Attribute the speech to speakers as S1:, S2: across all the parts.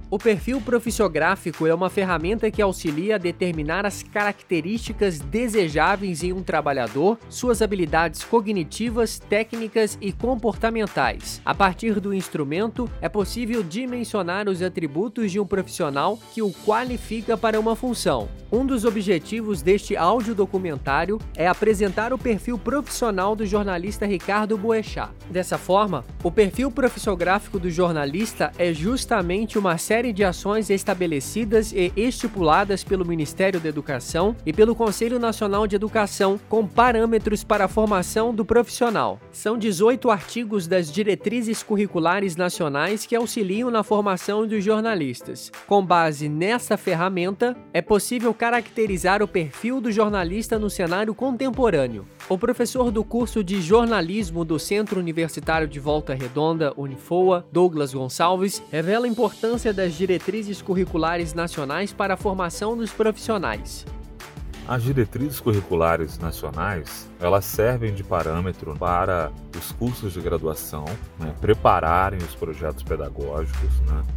S1: O perfil profissiográfico é uma ferramenta que auxilia a determinar as características desejáveis em um trabalhador, suas habilidades cognitivas, técnicas e comportamentais. A partir do instrumento, é possível dimensionar os atributos de um profissional que o qualifica para uma função. Um dos objetivos deste audiodocumentário é apresentar o perfil profissional do jornalista Ricardo Boechat. Dessa forma, o perfil profissiográfico do jornalista é justamente uma série de ações estabelecidas e estipuladas pelo Ministério da Educação e pelo Conselho Nacional de Educação com parâmetros para a formação do profissional. São 18 artigos das diretrizes curriculares nacionais que auxiliam na formação dos jornalistas. Com base nessa ferramenta, é possível caracterizar o perfil do jornalista no cenário contemporâneo. O professor do curso de jornalismo do Centro Universitário de Volta Redonda, Unifoa, Douglas Gonçalves, revela a importância das diretrizes curriculares nacionais para a formação dos profissionais.
S2: As diretrizes curriculares nacionais, elas servem de parâmetro para os cursos de graduação, prepararem os projetos pedagógicos,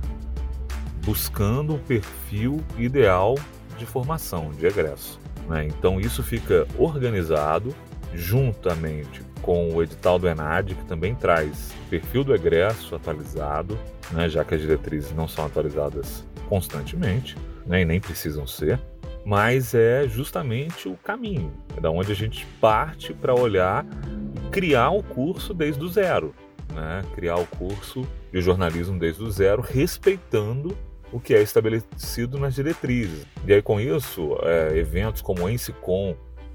S2: buscando um perfil ideal de formação, de egresso. Então isso fica organizado juntamente com o edital do ENAD, que também traz perfil do egresso atualizado, já que as diretrizes não são atualizadas constantemente, e nem precisam ser, mas é justamente o caminho, é da onde a gente parte para olhar e criar o curso desde o zero, criar o curso de jornalismo desde o zero, respeitando o que é estabelecido nas diretrizes. E aí com isso, eventos como o ENSICOM,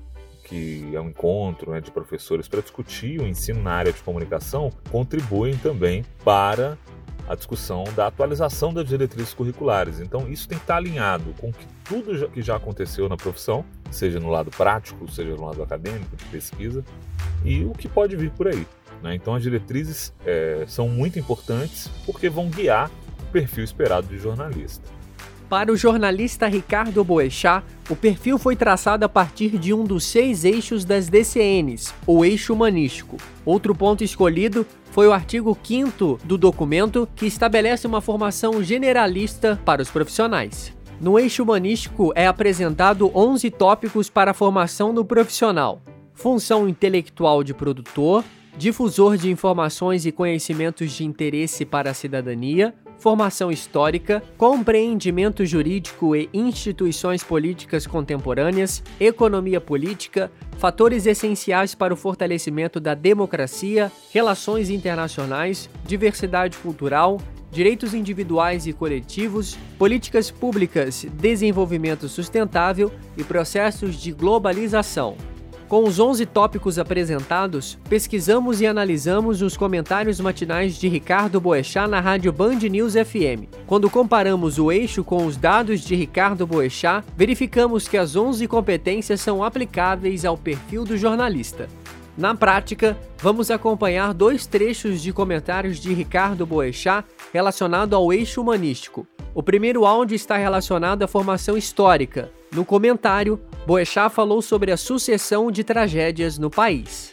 S2: que é um encontro de professores para discutir o ensino na área de comunicação, contribuem também para a discussão da atualização das diretrizes curriculares. Então isso tem que estar alinhado com tudo que já aconteceu na profissão, seja no lado prático, seja no lado acadêmico, de pesquisa, e o que pode vir por aí. Então as diretrizes são muito importantes porque vão guiar o perfil esperado de jornalista.
S1: Para o jornalista Ricardo Boechat, o perfil foi traçado a partir de um dos 6 eixos das DCNs, o eixo humanístico. Outro ponto escolhido foi o artigo 5º do documento, que estabelece uma formação generalista para os profissionais. No eixo humanístico é apresentado 11 tópicos para a formação do profissional: função intelectual de produtor, difusor de informações e conhecimentos de interesse para a cidadania, formação histórica, compreendimento jurídico e instituições políticas contemporâneas, economia política, fatores essenciais para o fortalecimento da democracia, relações internacionais, diversidade cultural, direitos individuais e coletivos, políticas públicas, desenvolvimento sustentável e processos de globalização. Com os 11 tópicos apresentados, pesquisamos e analisamos os comentários matinais de Ricardo Boechat na rádio Band News FM. Quando comparamos o eixo com os dados de Ricardo Boechat, verificamos que as 11 competências são aplicáveis ao perfil do jornalista. Na prática, vamos acompanhar 2 trechos de comentários de Ricardo Boechat relacionado ao eixo humanístico. O primeiro áudio está relacionado à formação histórica. No comentário, Boechat falou sobre a sucessão de tragédias no país.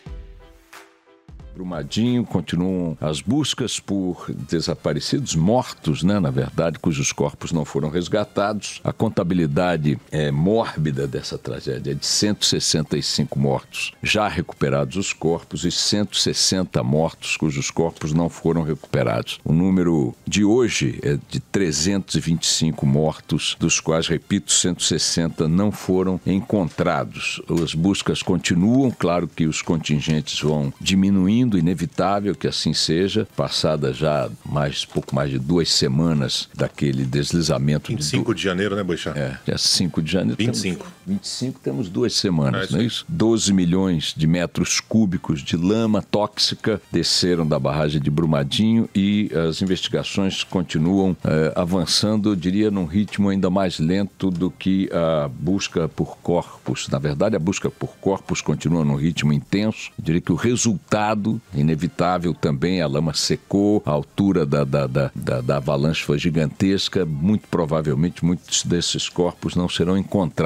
S3: Brumadinho, continuam as buscas por desaparecidos, mortos, na verdade, cujos corpos não foram resgatados. A contabilidade mórbida dessa tragédia é de 165 mortos, já recuperados os corpos, e 160 mortos cujos corpos não foram recuperados. O número de hoje é de 325 mortos, dos quais, repito, 160 não foram encontrados. As buscas continuam, claro que os contingentes vão diminuindo, inevitável que assim seja, passada já pouco mais de 2 semanas daquele deslizamento.
S4: 25 de janeiro, né, Boechat?
S3: É 5 de janeiro.
S4: 25
S3: temos 2 semanas, não é isso? 12 milhões de metros cúbicos de lama tóxica desceram da barragem de Brumadinho e as investigações continuam avançando, eu diria, num ritmo ainda mais lento do que a busca por corpos. Na verdade, a busca por corpos continua num ritmo intenso. Eu diria que o resultado inevitável também, a lama secou, a altura da avalanche foi gigantesca, muito provavelmente muitos desses corpos não serão encontrados.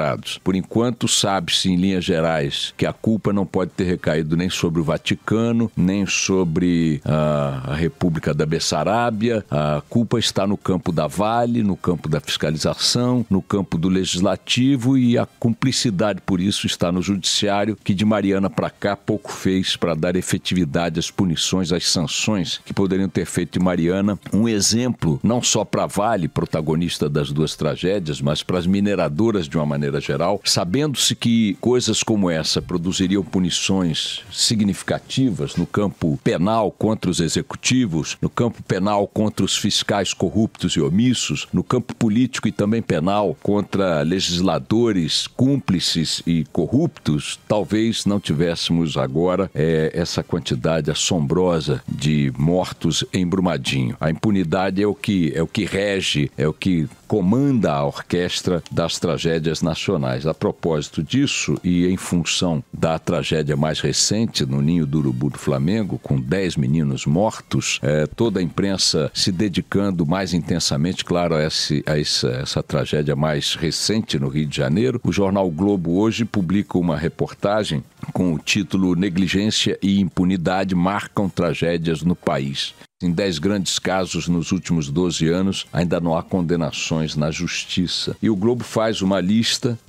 S3: Por enquanto, sabe-se, em linhas gerais, que a culpa não pode ter recaído nem sobre o Vaticano, nem sobre a República da Bessarábia. A culpa está no campo da Vale, no campo da fiscalização, no campo do legislativo, e a cumplicidade por isso está no judiciário, que de Mariana para cá pouco fez para dar efetividade às punições, às sanções que poderiam ter feito de Mariana um exemplo, não só para a Vale, protagonista das duas tragédias, mas para as mineradoras de uma maneira geral, sabendo-se que coisas como essa produziriam punições significativas no campo penal contra os executivos, no campo penal contra os fiscais corruptos e omissos, no campo político e também penal contra legisladores cúmplices e corruptos, talvez não tivéssemos agora essa quantidade assombrosa de mortos em Brumadinho. A impunidade é o que rege, é o que comanda a orquestra das tragédias nacionais. A propósito disso, e em função da tragédia mais recente no Ninho do Urubu do Flamengo, com 10 meninos mortos, toda a imprensa se dedicando mais intensamente, claro, a essa tragédia mais recente no Rio de Janeiro. O jornal O Globo hoje publica uma reportagem com o título "Negligência e impunidade marcam tragédias no país". Em 10 grandes casos nos últimos 12 anos, ainda não há condenações na justiça. E o Globo faz uma lista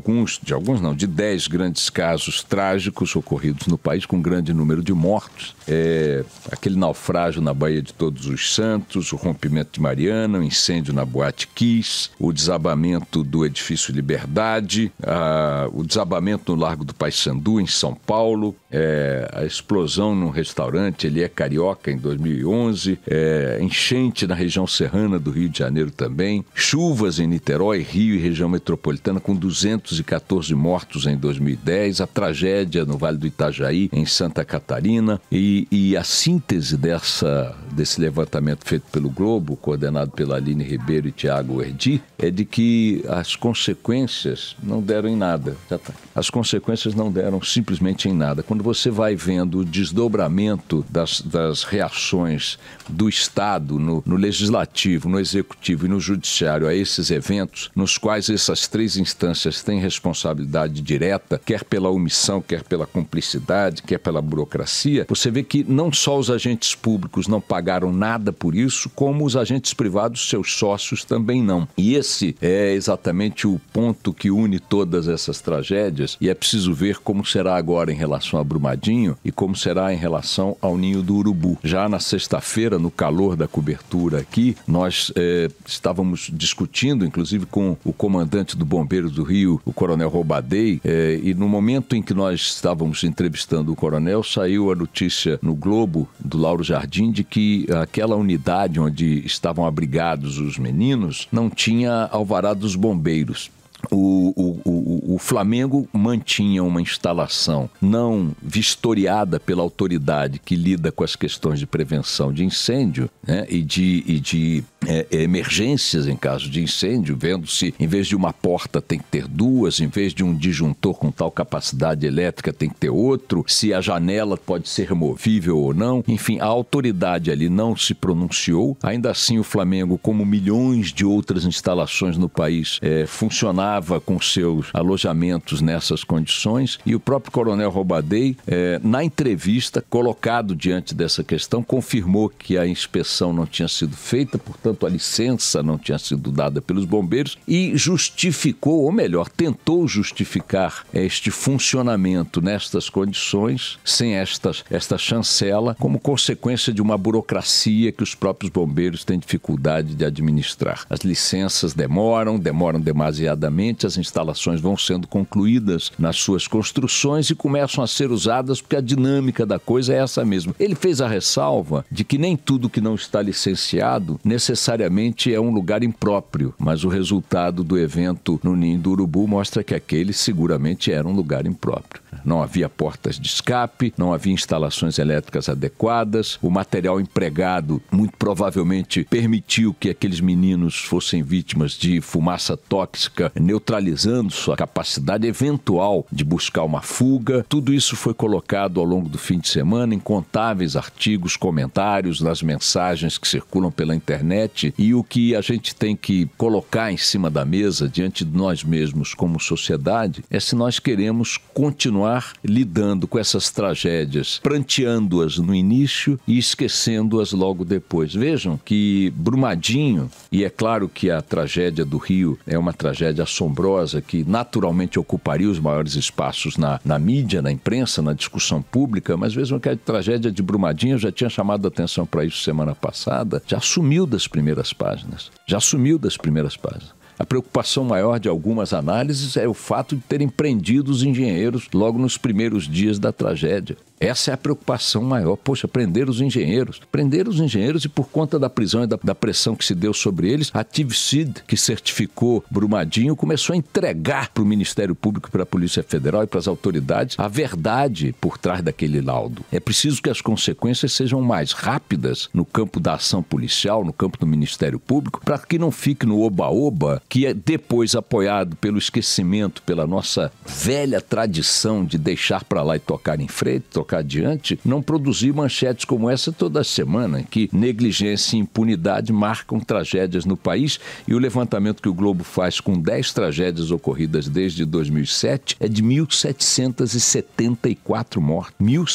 S3: de 10 grandes casos trágicos ocorridos no país, com um grande número de mortos. Aquele naufrágio na Baía de Todos os Santos, o rompimento de Mariana, o incêndio na Boate Kiss, o desabamento do edifício Liberdade, o desabamento no Largo do Paissandu, em São Paulo, a explosão num restaurante, ele é carioca, em 2011, enchente na região serrana do Rio de Janeiro também, chuvas em Niterói, Rio e região metropolitana com 214 mortos em 2010, a tragédia no Vale do Itajaí, em Santa Catarina, e a síntese desse levantamento feito pelo Globo, coordenado pela Aline Ribeiro e Tiago Erdi, é de que as consequências não deram em nada. As consequências não deram simplesmente em nada. Quando você vai vendo o desdobramento das reações do Estado, no Legislativo, no Executivo e no Judiciário a esses eventos, nos quais essas 3 instâncias têm responsabilidade direta, quer pela omissão, quer pela cumplicidade, quer pela burocracia, você vê que não só os agentes públicos não pagaram nada por isso, como os agentes privados, seus sócios, também não. E esse é exatamente o ponto que une todas essas tragédias, e é preciso ver como será agora em relação a Brumadinho e como será em relação ao Ninho do Urubu. Já na sexta-feira, no calor da cobertura aqui, nós estávamos discutindo, inclusive com o comandante do Bombeiros do Rio, o Coronel Robadei, e no momento em que nós estávamos entrevistando o coronel, saiu a notícia no Globo, do Lauro Jardim, de que aquela unidade onde estavam abrigados os meninos não tinha alvará dos bombeiros. O Flamengo mantinha uma instalação não vistoriada pela autoridade que lida com as questões de prevenção de incêndio, né, e de emergências em caso de incêndio, vendo se em vez de uma porta tem que ter 2, em vez de um disjuntor com tal capacidade elétrica tem que ter outro, se a janela pode ser removível ou não. Enfim, a autoridade ali não se pronunciou. Ainda assim, o Flamengo, como milhões de outras instalações no país, funcionava com seus alojamentos nessas condições, e o próprio Coronel Robadei, na entrevista, colocado diante dessa questão, confirmou que a inspeção não tinha sido feita, portanto a licença não tinha sido dada pelos bombeiros, e justificou, ou melhor, tentou justificar este funcionamento nestas condições, sem esta chancela, como consequência de uma burocracia que os próprios bombeiros têm dificuldade de administrar. As licenças demoram demasiadamente, as instalações vão sendo concluídas nas suas construções e começam a ser usadas porque a dinâmica da coisa é essa mesmo. Ele fez a ressalva de que nem tudo que não está licenciado necessariamente é um lugar impróprio, mas o resultado do evento no Ninho do Urubu mostra que aquele seguramente era um lugar impróprio. Não havia portas de escape, não havia instalações elétricas adequadas, o material empregado muito provavelmente permitiu que aqueles meninos fossem vítimas de fumaça tóxica, neutralizando sua capacidade eventual de buscar uma fuga. Tudo isso foi colocado ao longo do fim de semana, incontáveis artigos, comentários, nas mensagens que circulam pela internet, e o que a gente tem que colocar em cima da mesa, diante de nós mesmos como sociedade, é se nós queremos continuar lidando com essas tragédias, pranteando-as no início e esquecendo-as logo depois. Vejam que Brumadinho, e é claro que a tragédia do Rio é uma tragédia assombrosa que naturalmente ocuparia os maiores espaços na mídia, na imprensa, na discussão pública, mas vejam que a tragédia de Brumadinho, eu já tinha chamado a atenção para isso semana passada, já sumiu das primeiras páginas. A preocupação maior de algumas análises é o fato de terem prendido os engenheiros logo nos primeiros dias da tragédia. Essa é a preocupação maior. Poxa, prender os engenheiros e por conta da prisão e da pressão que se deu sobre eles, a TIVSID, que certificou Brumadinho, começou a entregar para o Ministério Público e para a Polícia Federal e para as autoridades a verdade por trás daquele laudo. É preciso que as consequências sejam mais rápidas no campo da ação policial, no campo do Ministério Público, para que não fique no oba-oba, que é depois apoiado pelo esquecimento, pela nossa velha tradição de deixar para lá e tocar em frente, tocar adiante, não produzir manchetes como essa toda semana, que negligência e impunidade marcam tragédias no país, e o levantamento que o Globo faz com 10 tragédias ocorridas desde 2007 é de 1.774 mortes.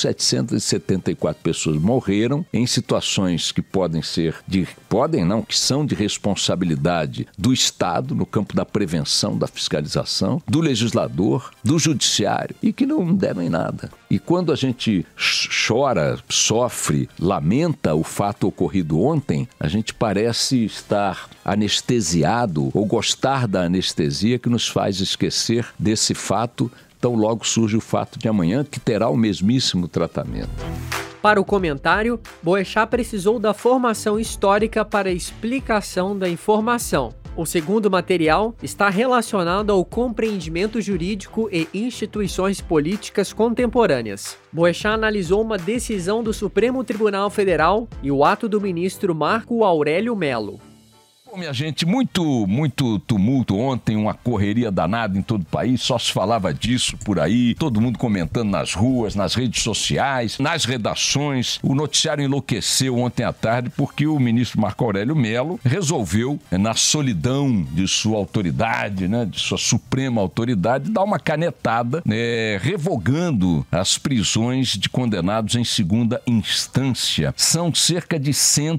S3: 1.774 pessoas morreram em situações que que são de responsabilidade do Estado, no campo da prevenção, da fiscalização, do legislador, do judiciário, e que não devem nada. E quando a gente chora, sofre, lamenta o fato ocorrido ontem, a gente parece estar anestesiado ou gostar da anestesia que nos faz esquecer desse fato, tão logo surge o fato de amanhã, que terá o mesmíssimo tratamento.
S1: Para o comentário, Boechat precisou da formação histórica para a explicação da informação. O segundo material está relacionado ao compreendimento jurídico e instituições políticas contemporâneas. Boechat analisou uma decisão do Supremo Tribunal Federal e o ato do ministro Marco Aurélio Mello.
S3: Bom, minha gente, muito tumulto ontem, uma correria danada em todo o país, só se falava disso por aí, todo mundo comentando nas ruas, nas redes sociais, nas redações. O noticiário enlouqueceu ontem à tarde porque o ministro Marco Aurélio Mello resolveu, na solidão de sua autoridade, de sua suprema autoridade, dar uma canetada, revogando as prisões de condenados em segunda instância. São cerca de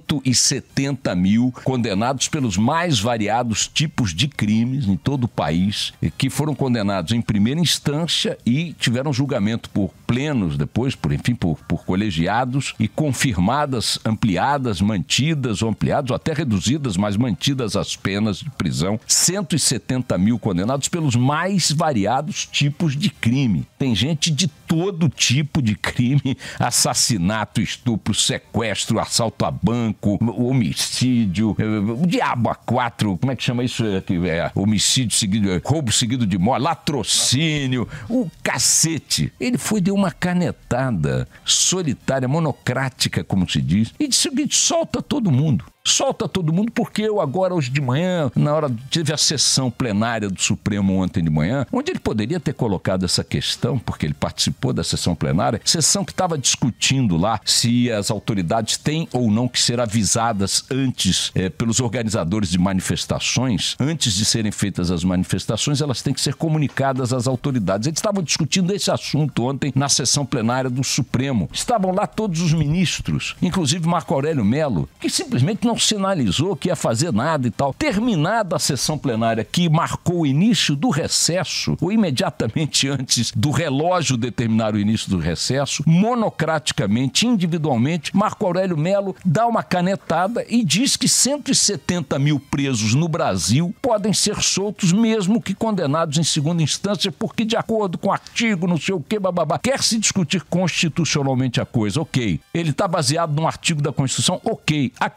S3: 170 mil condenados pelos mais variados tipos de crimes em todo o país, que foram condenados em primeira instância e tiveram julgamento por plenos depois, por colegiados, e confirmadas, ampliadas, mantidas ou ampliadas, ou até reduzidas, mas mantidas as penas de prisão. 170 mil condenados pelos mais variados tipos de crime. Tem gente de todo tipo de crime: assassinato, estupro, sequestro, assalto a banco, homicídio, o diabo a quatro, como é que chama isso? Homicídio seguido, roubo seguido de morte, latrocínio, o cacete. Ele deu uma canetada solitária, monocrática, como se diz, e disse o seguinte: solta todo mundo. Solta todo mundo, porque eu agora, hoje de manhã, teve a sessão plenária do Supremo ontem de manhã, onde ele poderia ter colocado essa questão, porque ele participou da sessão plenária, sessão que estava discutindo lá se as autoridades têm ou não que ser avisadas antes, pelos organizadores de manifestações, antes de serem feitas as manifestações, elas têm que ser comunicadas às autoridades. Eles estavam discutindo esse assunto ontem na sessão plenária do Supremo. Estavam lá todos os ministros, inclusive Marco Aurélio Mello, que simplesmente não sinalizou que ia fazer nada e tal. Terminada a sessão plenária, que marcou o início do recesso, ou imediatamente antes do relógio determinar o início do recesso, monocraticamente, individualmente, Marco Aurélio Mello dá uma canetada e diz que 170 mil presos no Brasil podem ser soltos, mesmo que condenados em segunda instância, porque de acordo com o artigo, não sei o que, bababá, quer se discutir constitucionalmente a coisa, ok. Ele está baseado num artigo da Constituição, ok. Há quem acha que o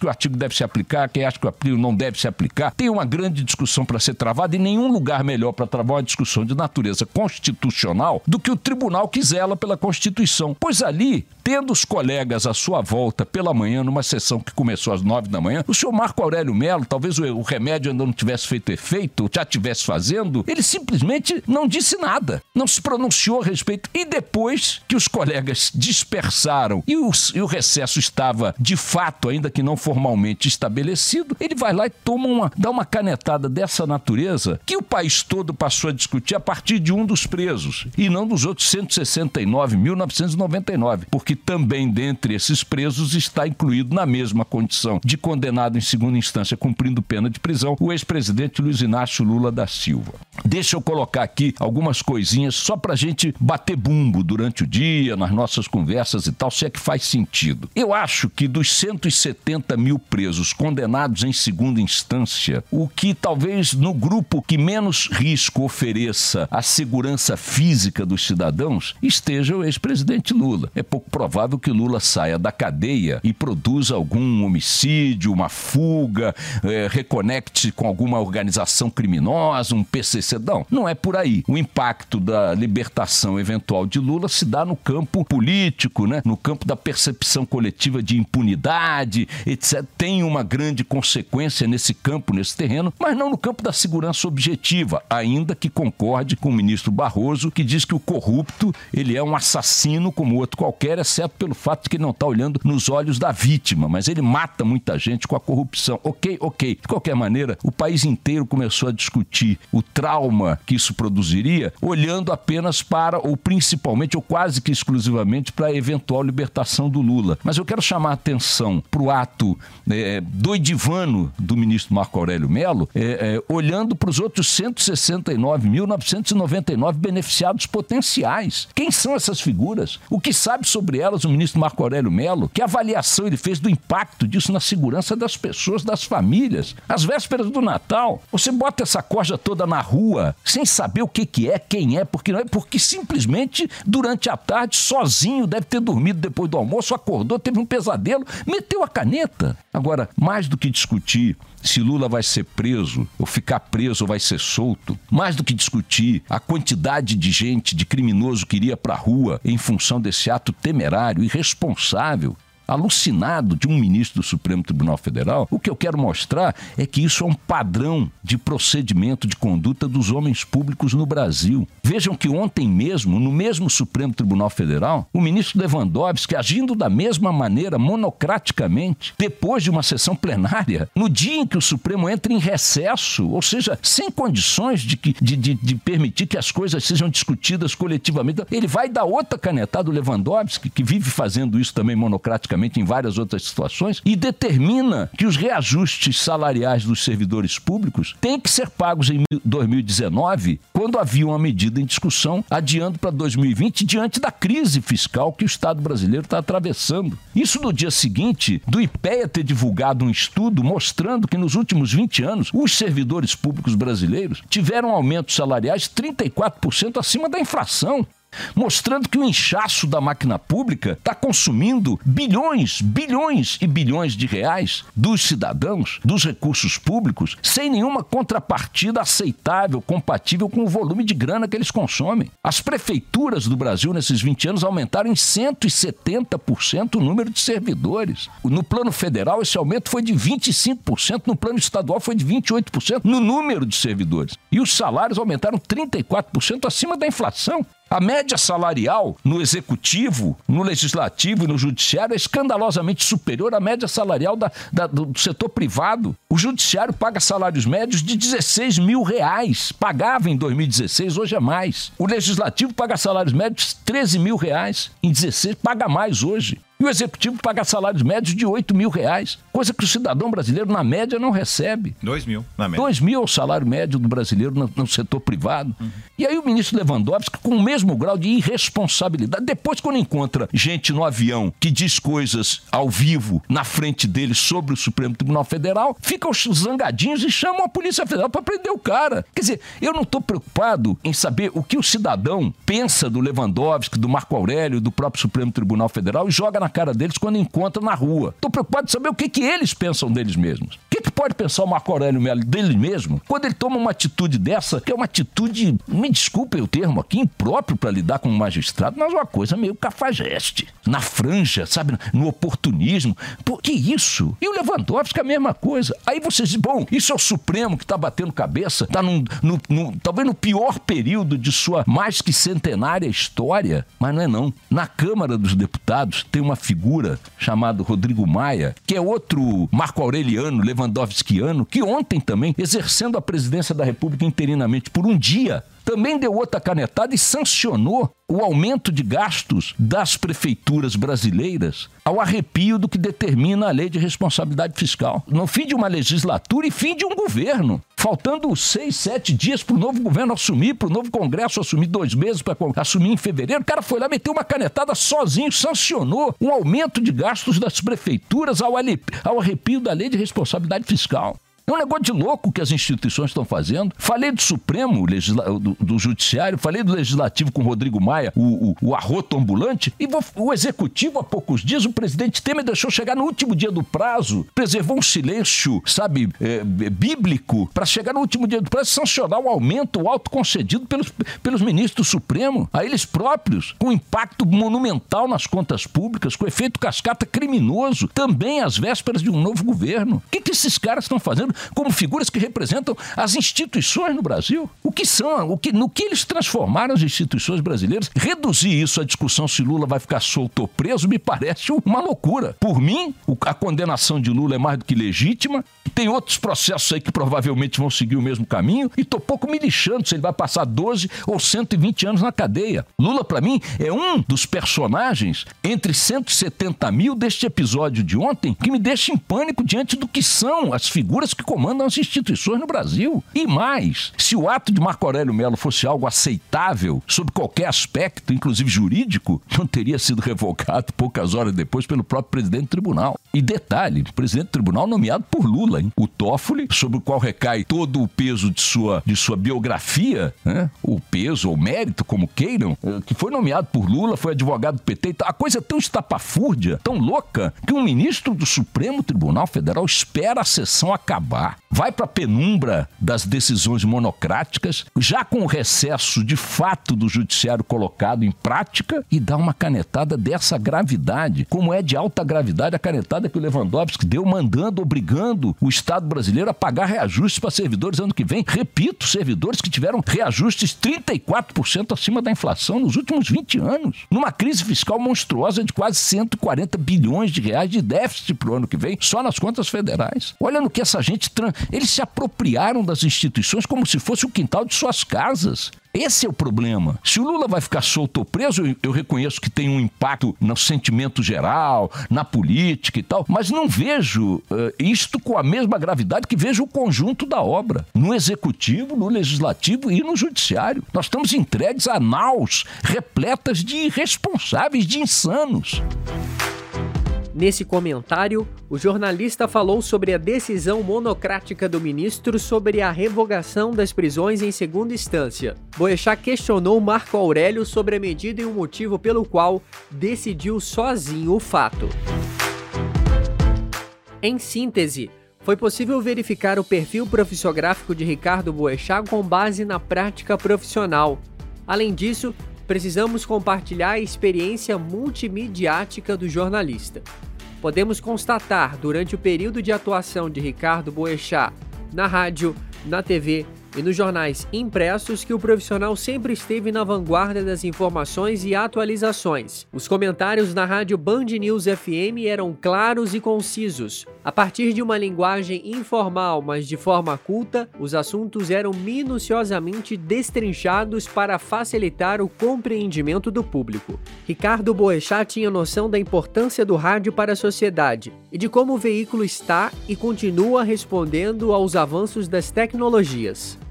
S3: o artigo deve se aplicar, quem acha que o artigo não deve se aplicar. Tem uma grande discussão para ser travada e nenhum lugar melhor para travar uma discussão de natureza constitucional do que o tribunal que zela pela Constituição. Pois ali, tendo os colegas à sua volta pela manhã, numa sessão que começou às 9 da manhã, o senhor Marco Aurélio Mello, talvez o remédio ainda não tivesse feito efeito, já estivesse fazendo, ele simplesmente não disse nada, não se pronunciou a respeito. E depois que os colegas dispersaram e o recesso estava, de fato, ainda que não formalmente estabelecido, ele vai lá e dá uma canetada dessa natureza que o país todo passou a discutir a partir de um dos presos e não dos outros 169.999, porque também dentre esses presos está incluído na mesma condição de condenado em segunda instância cumprindo pena de prisão o ex-presidente Luiz Inácio Lula da Silva. Deixa eu colocar aqui algumas coisinhas só pra gente bater bumbo durante o dia, nas nossas conversas e tal, se é que faz sentido. Eu acho que dos 170 mil presos condenados em segunda instância, o que talvez no grupo que menos risco ofereça à segurança física dos cidadãos esteja o ex-presidente Lula. É pouco provável que Lula saia da cadeia e produza algum homicídio, uma fuga, reconecte com alguma organização criminosa, um PCC. Não é por aí. O impacto da libertação eventual de Lula se dá no campo político, né? No campo da percepção coletiva de impunidade, etc. Tem uma grande consequência nesse campo, nesse terreno, mas não no campo da segurança objetiva, ainda que concorde com o ministro Barroso, que diz que o corrupto ele é um assassino como outro qualquer, exceto pelo fato de que ele não está olhando nos olhos da vítima, mas ele mata muita gente com a corrupção. Ok. De qualquer maneira, o país inteiro começou a discutir o trauma que isso produziria, olhando apenas para, ou principalmente, ou quase que exclusivamente, para a eventual libertação do Lula. Mas eu quero chamar a atenção para o ato doidivano do ministro Marco Aurélio Mello, olhando para os outros 169.999 beneficiados potenciais. Quem são essas figuras? O que sabe sobre elas o ministro Marco Aurélio Mello? Que avaliação ele fez do impacto disso na segurança das pessoas, das famílias? Às vésperas do Natal, você bota essa corja toda na rua, sem saber o que é, quem é, porque não é, porque simplesmente durante a tarde, sozinho, deve ter dormido depois do almoço, acordou, teve um pesadelo, meteu a caneta. Agora, mais do que discutir se Lula vai ser preso, ou ficar preso ou vai ser solto, mais do que discutir a quantidade de gente, de criminoso que iria para a rua em função desse ato temerário, irresponsável, alucinado de um ministro do Supremo Tribunal Federal, o que eu quero mostrar é que isso é um padrão de procedimento, de conduta dos homens públicos no Brasil. Vejam que ontem mesmo, no mesmo Supremo Tribunal Federal, o ministro Lewandowski, agindo da mesma maneira, monocraticamente, depois de uma sessão plenária, no dia em que o Supremo entra em recesso, ou seja, sem condições de permitir que as coisas sejam discutidas coletivamente, ele vai dar outra canetada, o Lewandowski, que vive fazendo isso também monocraticamente, em várias outras situações, e determina que os reajustes salariais dos servidores públicos têm que ser pagos em 2019, quando havia uma medida em discussão, adiando para 2020, diante da crise fiscal que o Estado brasileiro está atravessando. Isso no dia seguinte do IPEA ter divulgado um estudo mostrando que nos últimos 20 anos os servidores públicos brasileiros tiveram aumentos salariais 34% acima da inflação, mostrando que o inchaço da máquina pública está consumindo bilhões e bilhões de reais dos cidadãos, dos recursos públicos, sem nenhuma contrapartida aceitável, compatível com o volume de grana que eles consomem. As prefeituras do Brasil, nesses 20 anos, aumentaram em 170% o número de servidores. No plano federal, esse aumento foi de 25%, no plano estadual foi de 28% no número de servidores. E os salários aumentaram 34% acima da inflação. A média salarial no executivo, no legislativo e no judiciário é escandalosamente superior à média salarial do setor privado. O judiciário paga salários médios de R$16 mil. Pagava em 2016, hoje é mais. O legislativo paga salários médios de R$13 mil. Em 2016, paga mais hoje. E o executivo paga salários médios de R$8 mil, coisa que o cidadão brasileiro, na média, não recebe.
S5: 2 mil, na média.
S3: 2 mil é o salário médio do brasileiro no setor privado. E aí o ministro Lewandowski, com o mesmo grau de irresponsabilidade, depois quando encontra gente no avião que diz coisas ao vivo na frente dele sobre o Supremo Tribunal Federal, ficam zangadinhos e chamam a Polícia Federal para prender o cara. Quer dizer, eu não estou preocupado em saber o que o cidadão pensa do Lewandowski, do Marco Aurélio, do próprio Supremo Tribunal Federal e joga na cara deles quando encontram na rua. Estou preocupado em saber o que eles pensam deles mesmos. O que pode pensar o Marco Aurélio Melo dele mesmo quando ele toma uma atitude dessa, que é uma atitude, me desculpem o termo aqui, impróprio para lidar com um magistrado, mas uma coisa meio cafajeste, na franja, sabe, no oportunismo. Pô, que isso? E o Lewandowski é a mesma coisa. Aí vocês dizem, bom, isso é o Supremo que está batendo cabeça, está talvez no pior período de sua mais que centenária história, mas não é não. Na Câmara dos Deputados tem uma figura chamada Rodrigo Maia, que é outro Marco Aureliano, Lewandowskiano, que ontem também, exercendo a presidência da República interinamente por um dia, também deu outra canetada e sancionou o aumento de gastos das prefeituras brasileiras ao arrepio do que determina a lei de responsabilidade fiscal. No fim de uma legislatura e fim de um governo. Faltando 6, 7 dias para o novo governo assumir, para o novo Congresso assumir, 2 meses para assumir em fevereiro, o cara foi lá, meteu uma canetada sozinho, sancionou um aumento de gastos das prefeituras ao arrepio da lei de responsabilidade fiscal. É um negócio de louco que as instituições estão fazendo. Falei do Supremo, do Judiciário, falei do Legislativo com o Rodrigo Maia, o arroto ambulante, e o Executivo, há poucos dias, o presidente Temer deixou chegar no último dia do prazo, preservou um silêncio, sabe, bíblico, para chegar no último dia do prazo e sancionar o aumento, o alto concedido pelos ministros do Supremo, a eles próprios, com impacto monumental nas contas públicas, com efeito cascata criminoso, também às vésperas de um novo governo. O que esses caras estão fazendo como figuras que representam as instituições no Brasil? O que são? No que eles transformaram as instituições brasileiras? Reduzir isso à discussão se Lula vai ficar solto ou preso me parece uma loucura. Por mim, a condenação de Lula é mais do que legítima. Tem outros processos aí que provavelmente vão seguir o mesmo caminho e tô pouco me lixando se ele vai passar 12 ou 120 anos na cadeia. Lula, para mim, é um dos personagens entre 170 mil deste episódio de ontem que me deixa em pânico diante do que são as figuras que comandam as instituições no Brasil. E mais, se o ato de Marco Aurélio Melo fosse algo aceitável, sob qualquer aspecto, inclusive jurídico, não teria sido revogado poucas horas depois pelo próprio presidente do tribunal. E detalhe, o presidente do tribunal nomeado por Lula, hein? O Toffoli, sobre o qual recai todo o peso de sua biografia, né? O peso ou mérito, como queiram, que foi nomeado por Lula, foi advogado do PT. A coisa é tão estapafúrdia, tão louca, que um ministro do Supremo Tribunal Federal espera a sessão acabar. Vai para a penumbra das decisões monocráticas, já com o recesso de fato do judiciário colocado em prática, e dá uma canetada dessa gravidade, como é de alta gravidade a canetada que o Lewandowski deu, obrigando o Estado brasileiro a pagar reajustes para servidores ano que vem. Repito, servidores que tiveram reajustes 34% acima da inflação nos últimos 20 anos, numa crise fiscal monstruosa de quase 140 bilhões de reais de déficit para o ano que vem, só nas contas federais. Olha no que essa gente... Eles se apropriaram das instituições como se fosse o quintal de suas casas. Esse é o problema. Se o Lula vai ficar solto ou preso, eu reconheço que tem um impacto no sentimento geral, na política e tal, mas não vejo isto com a mesma gravidade que vejo o conjunto da obra. No Executivo, no Legislativo e no Judiciário. Nós estamos entregues a naus repletas de irresponsáveis, de insanos.
S1: Nesse comentário, o jornalista falou sobre a decisão monocrática do ministro sobre a revogação das prisões em segunda instância. Boechat questionou Marco Aurélio sobre a medida e o motivo pelo qual decidiu sozinho o fato. Em síntese, foi possível verificar o perfil profissiográfico de Ricardo Boechat com base na prática profissional. Além disso, precisamos compartilhar a experiência multimediática do jornalista. Podemos constatar, durante o período de atuação de Ricardo Boechat na rádio, na TV e nos jornais impressos, que o profissional sempre esteve na vanguarda das informações e atualizações. Os comentários na rádio Band News FM eram claros e concisos. A partir de uma linguagem informal, mas de forma culta, os assuntos eram minuciosamente destrinchados para facilitar o compreendimento do público. Ricardo Boechat tinha noção da importância do rádio para a sociedade e de como o veículo está e continua respondendo aos avanços das tecnologias.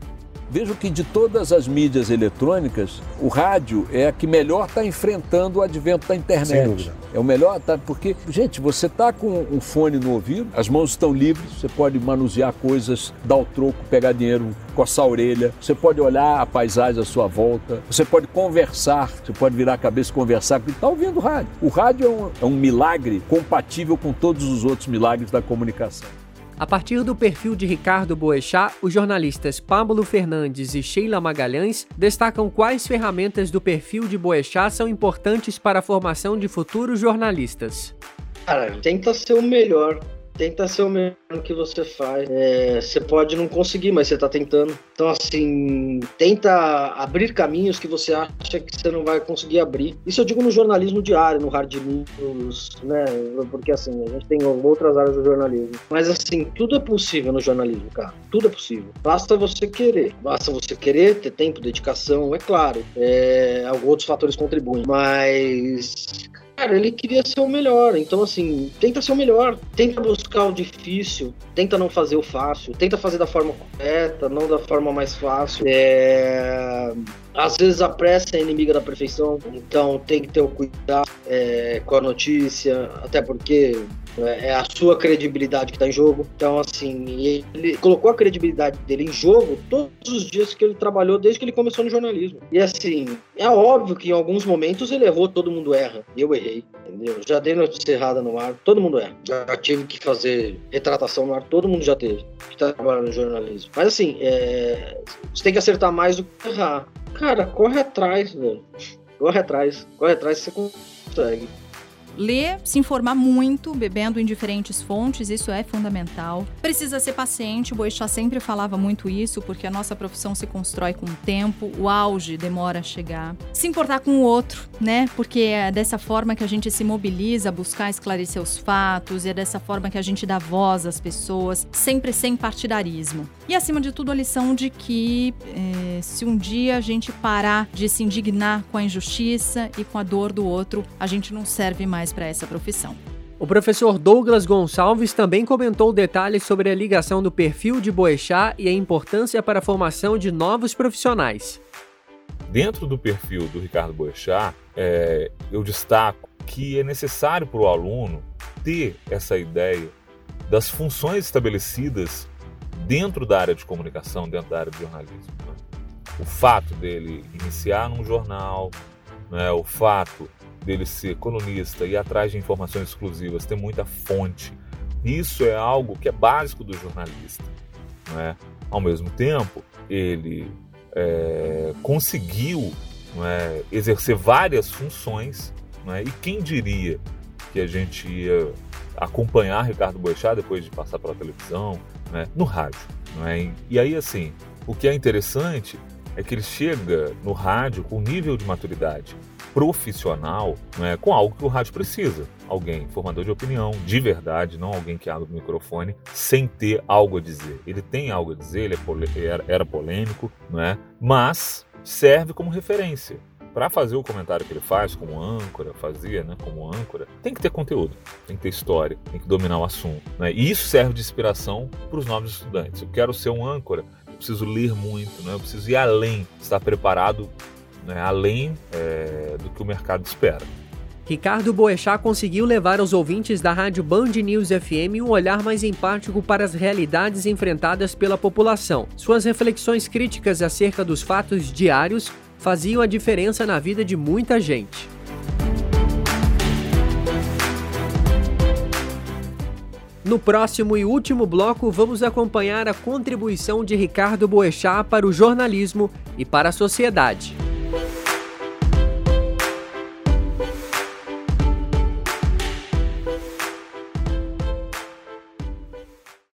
S3: Vejo que de todas as mídias eletrônicas, o rádio é a que melhor está enfrentando o advento da internet.
S4: Sem dúvida.
S3: É o melhor, tá? Porque, gente, você está com um fone no ouvido, as mãos estão livres, você pode manusear coisas, dar o troco, pegar dinheiro, coçar a orelha, você pode olhar a paisagem à sua volta, você pode conversar, você pode virar a cabeça e conversar, porque está ouvindo rádio. O rádio é um milagre compatível com todos os outros milagres da comunicação.
S1: A partir do perfil de Ricardo Boechat, os jornalistas Pablo Fernandes e Sheila Magalhães destacam quais ferramentas do perfil de Boechat são importantes para a formação de futuros jornalistas.
S5: Cara, tenta ser o melhor. Tenta ser o melhor no que você faz. Você pode não conseguir, mas você tá tentando. Então, assim, tenta abrir caminhos que você acha que você não vai conseguir abrir. Isso eu digo no jornalismo diário, no hard news, né? Porque, assim, a gente tem outras áreas do jornalismo. Mas, assim, tudo é possível no jornalismo, cara. Tudo é possível. Basta você querer. Basta você querer, ter tempo, dedicação, é claro. Outros fatores contribuem. Mas... cara, ele queria ser o melhor, então assim, tenta ser o melhor, tenta buscar o difícil, tenta não fazer o fácil, tenta fazer da forma correta, não da forma mais fácil. Às vezes a pressa é inimiga da perfeição, então tem que ter o cuidado com a notícia, até porque é a sua credibilidade que está em jogo. Então, assim, ele colocou a credibilidade dele em jogo todos os dias que ele trabalhou, desde que ele começou no jornalismo. E, assim, é óbvio que em alguns momentos ele errou, todo mundo erra. Eu errei, entendeu? Já dei notícia errada no ar, todo mundo erra. Já tive que fazer retratação no ar, todo mundo já teve, que está trabalhando no jornalismo. Mas, assim, você tem que acertar mais do que errar. Cara, corre atrás, velho. Corre atrás você consegue.
S6: Ler, se informar muito, bebendo em diferentes fontes, isso é fundamental. Precisa ser paciente, o Boechat sempre falava muito isso, porque a nossa profissão se constrói com o tempo, o auge demora a chegar. Se importar com o outro, né? Porque é dessa forma que a gente se mobiliza, buscar esclarecer os fatos, e é dessa forma que a gente dá voz às pessoas, sempre sem partidarismo. E, acima de tudo, a lição de que se um dia a gente parar de se indignar com a injustiça e com a dor do outro, a gente não serve mais para essa profissão.
S1: O professor Douglas Gonçalves também comentou detalhes sobre a ligação do perfil de Boechat e a importância para a formação de novos profissionais.
S2: Dentro do perfil do Ricardo Boechat, eu destaco que é necessário para o aluno ter essa ideia das funções estabelecidas dentro da área de comunicação, dentro da área de jornalismo. O fato dele iniciar num jornal, né, o fato dele ser colunista e ir atrás de informações exclusivas, ter muita fonte. Isso é algo que é básico do jornalista, né? Ao mesmo tempo, ele conseguiu, né, exercer várias funções, né? E quem diria que a gente ia acompanhar Ricardo Boechat depois de passar pela televisão, né, no rádio, né? E aí, assim, o que é interessante é que ele chega no rádio com nível de maturidade profissional, né, com algo que o rádio precisa. Alguém formador de opinião, de verdade, não alguém que abre o microfone sem ter algo a dizer. Ele tem algo a dizer, ele era polêmico, né, mas serve como referência. Para fazer o comentário que ele faz como âncora, como âncora, tem que ter conteúdo, tem que ter história, tem que dominar o assunto, né? E isso serve de inspiração para os novos estudantes. Eu quero ser um âncora, eu preciso ler muito, né? Eu preciso ir além, estar preparado, né, além do que o mercado espera.
S1: Ricardo Boechat conseguiu levar aos ouvintes da rádio Band News FM um olhar mais empático para as realidades enfrentadas pela população. Suas reflexões críticas acerca dos fatos diários faziam a diferença na vida de muita gente. No próximo e último bloco, vamos acompanhar a contribuição de Ricardo Boechat para o jornalismo e para a sociedade.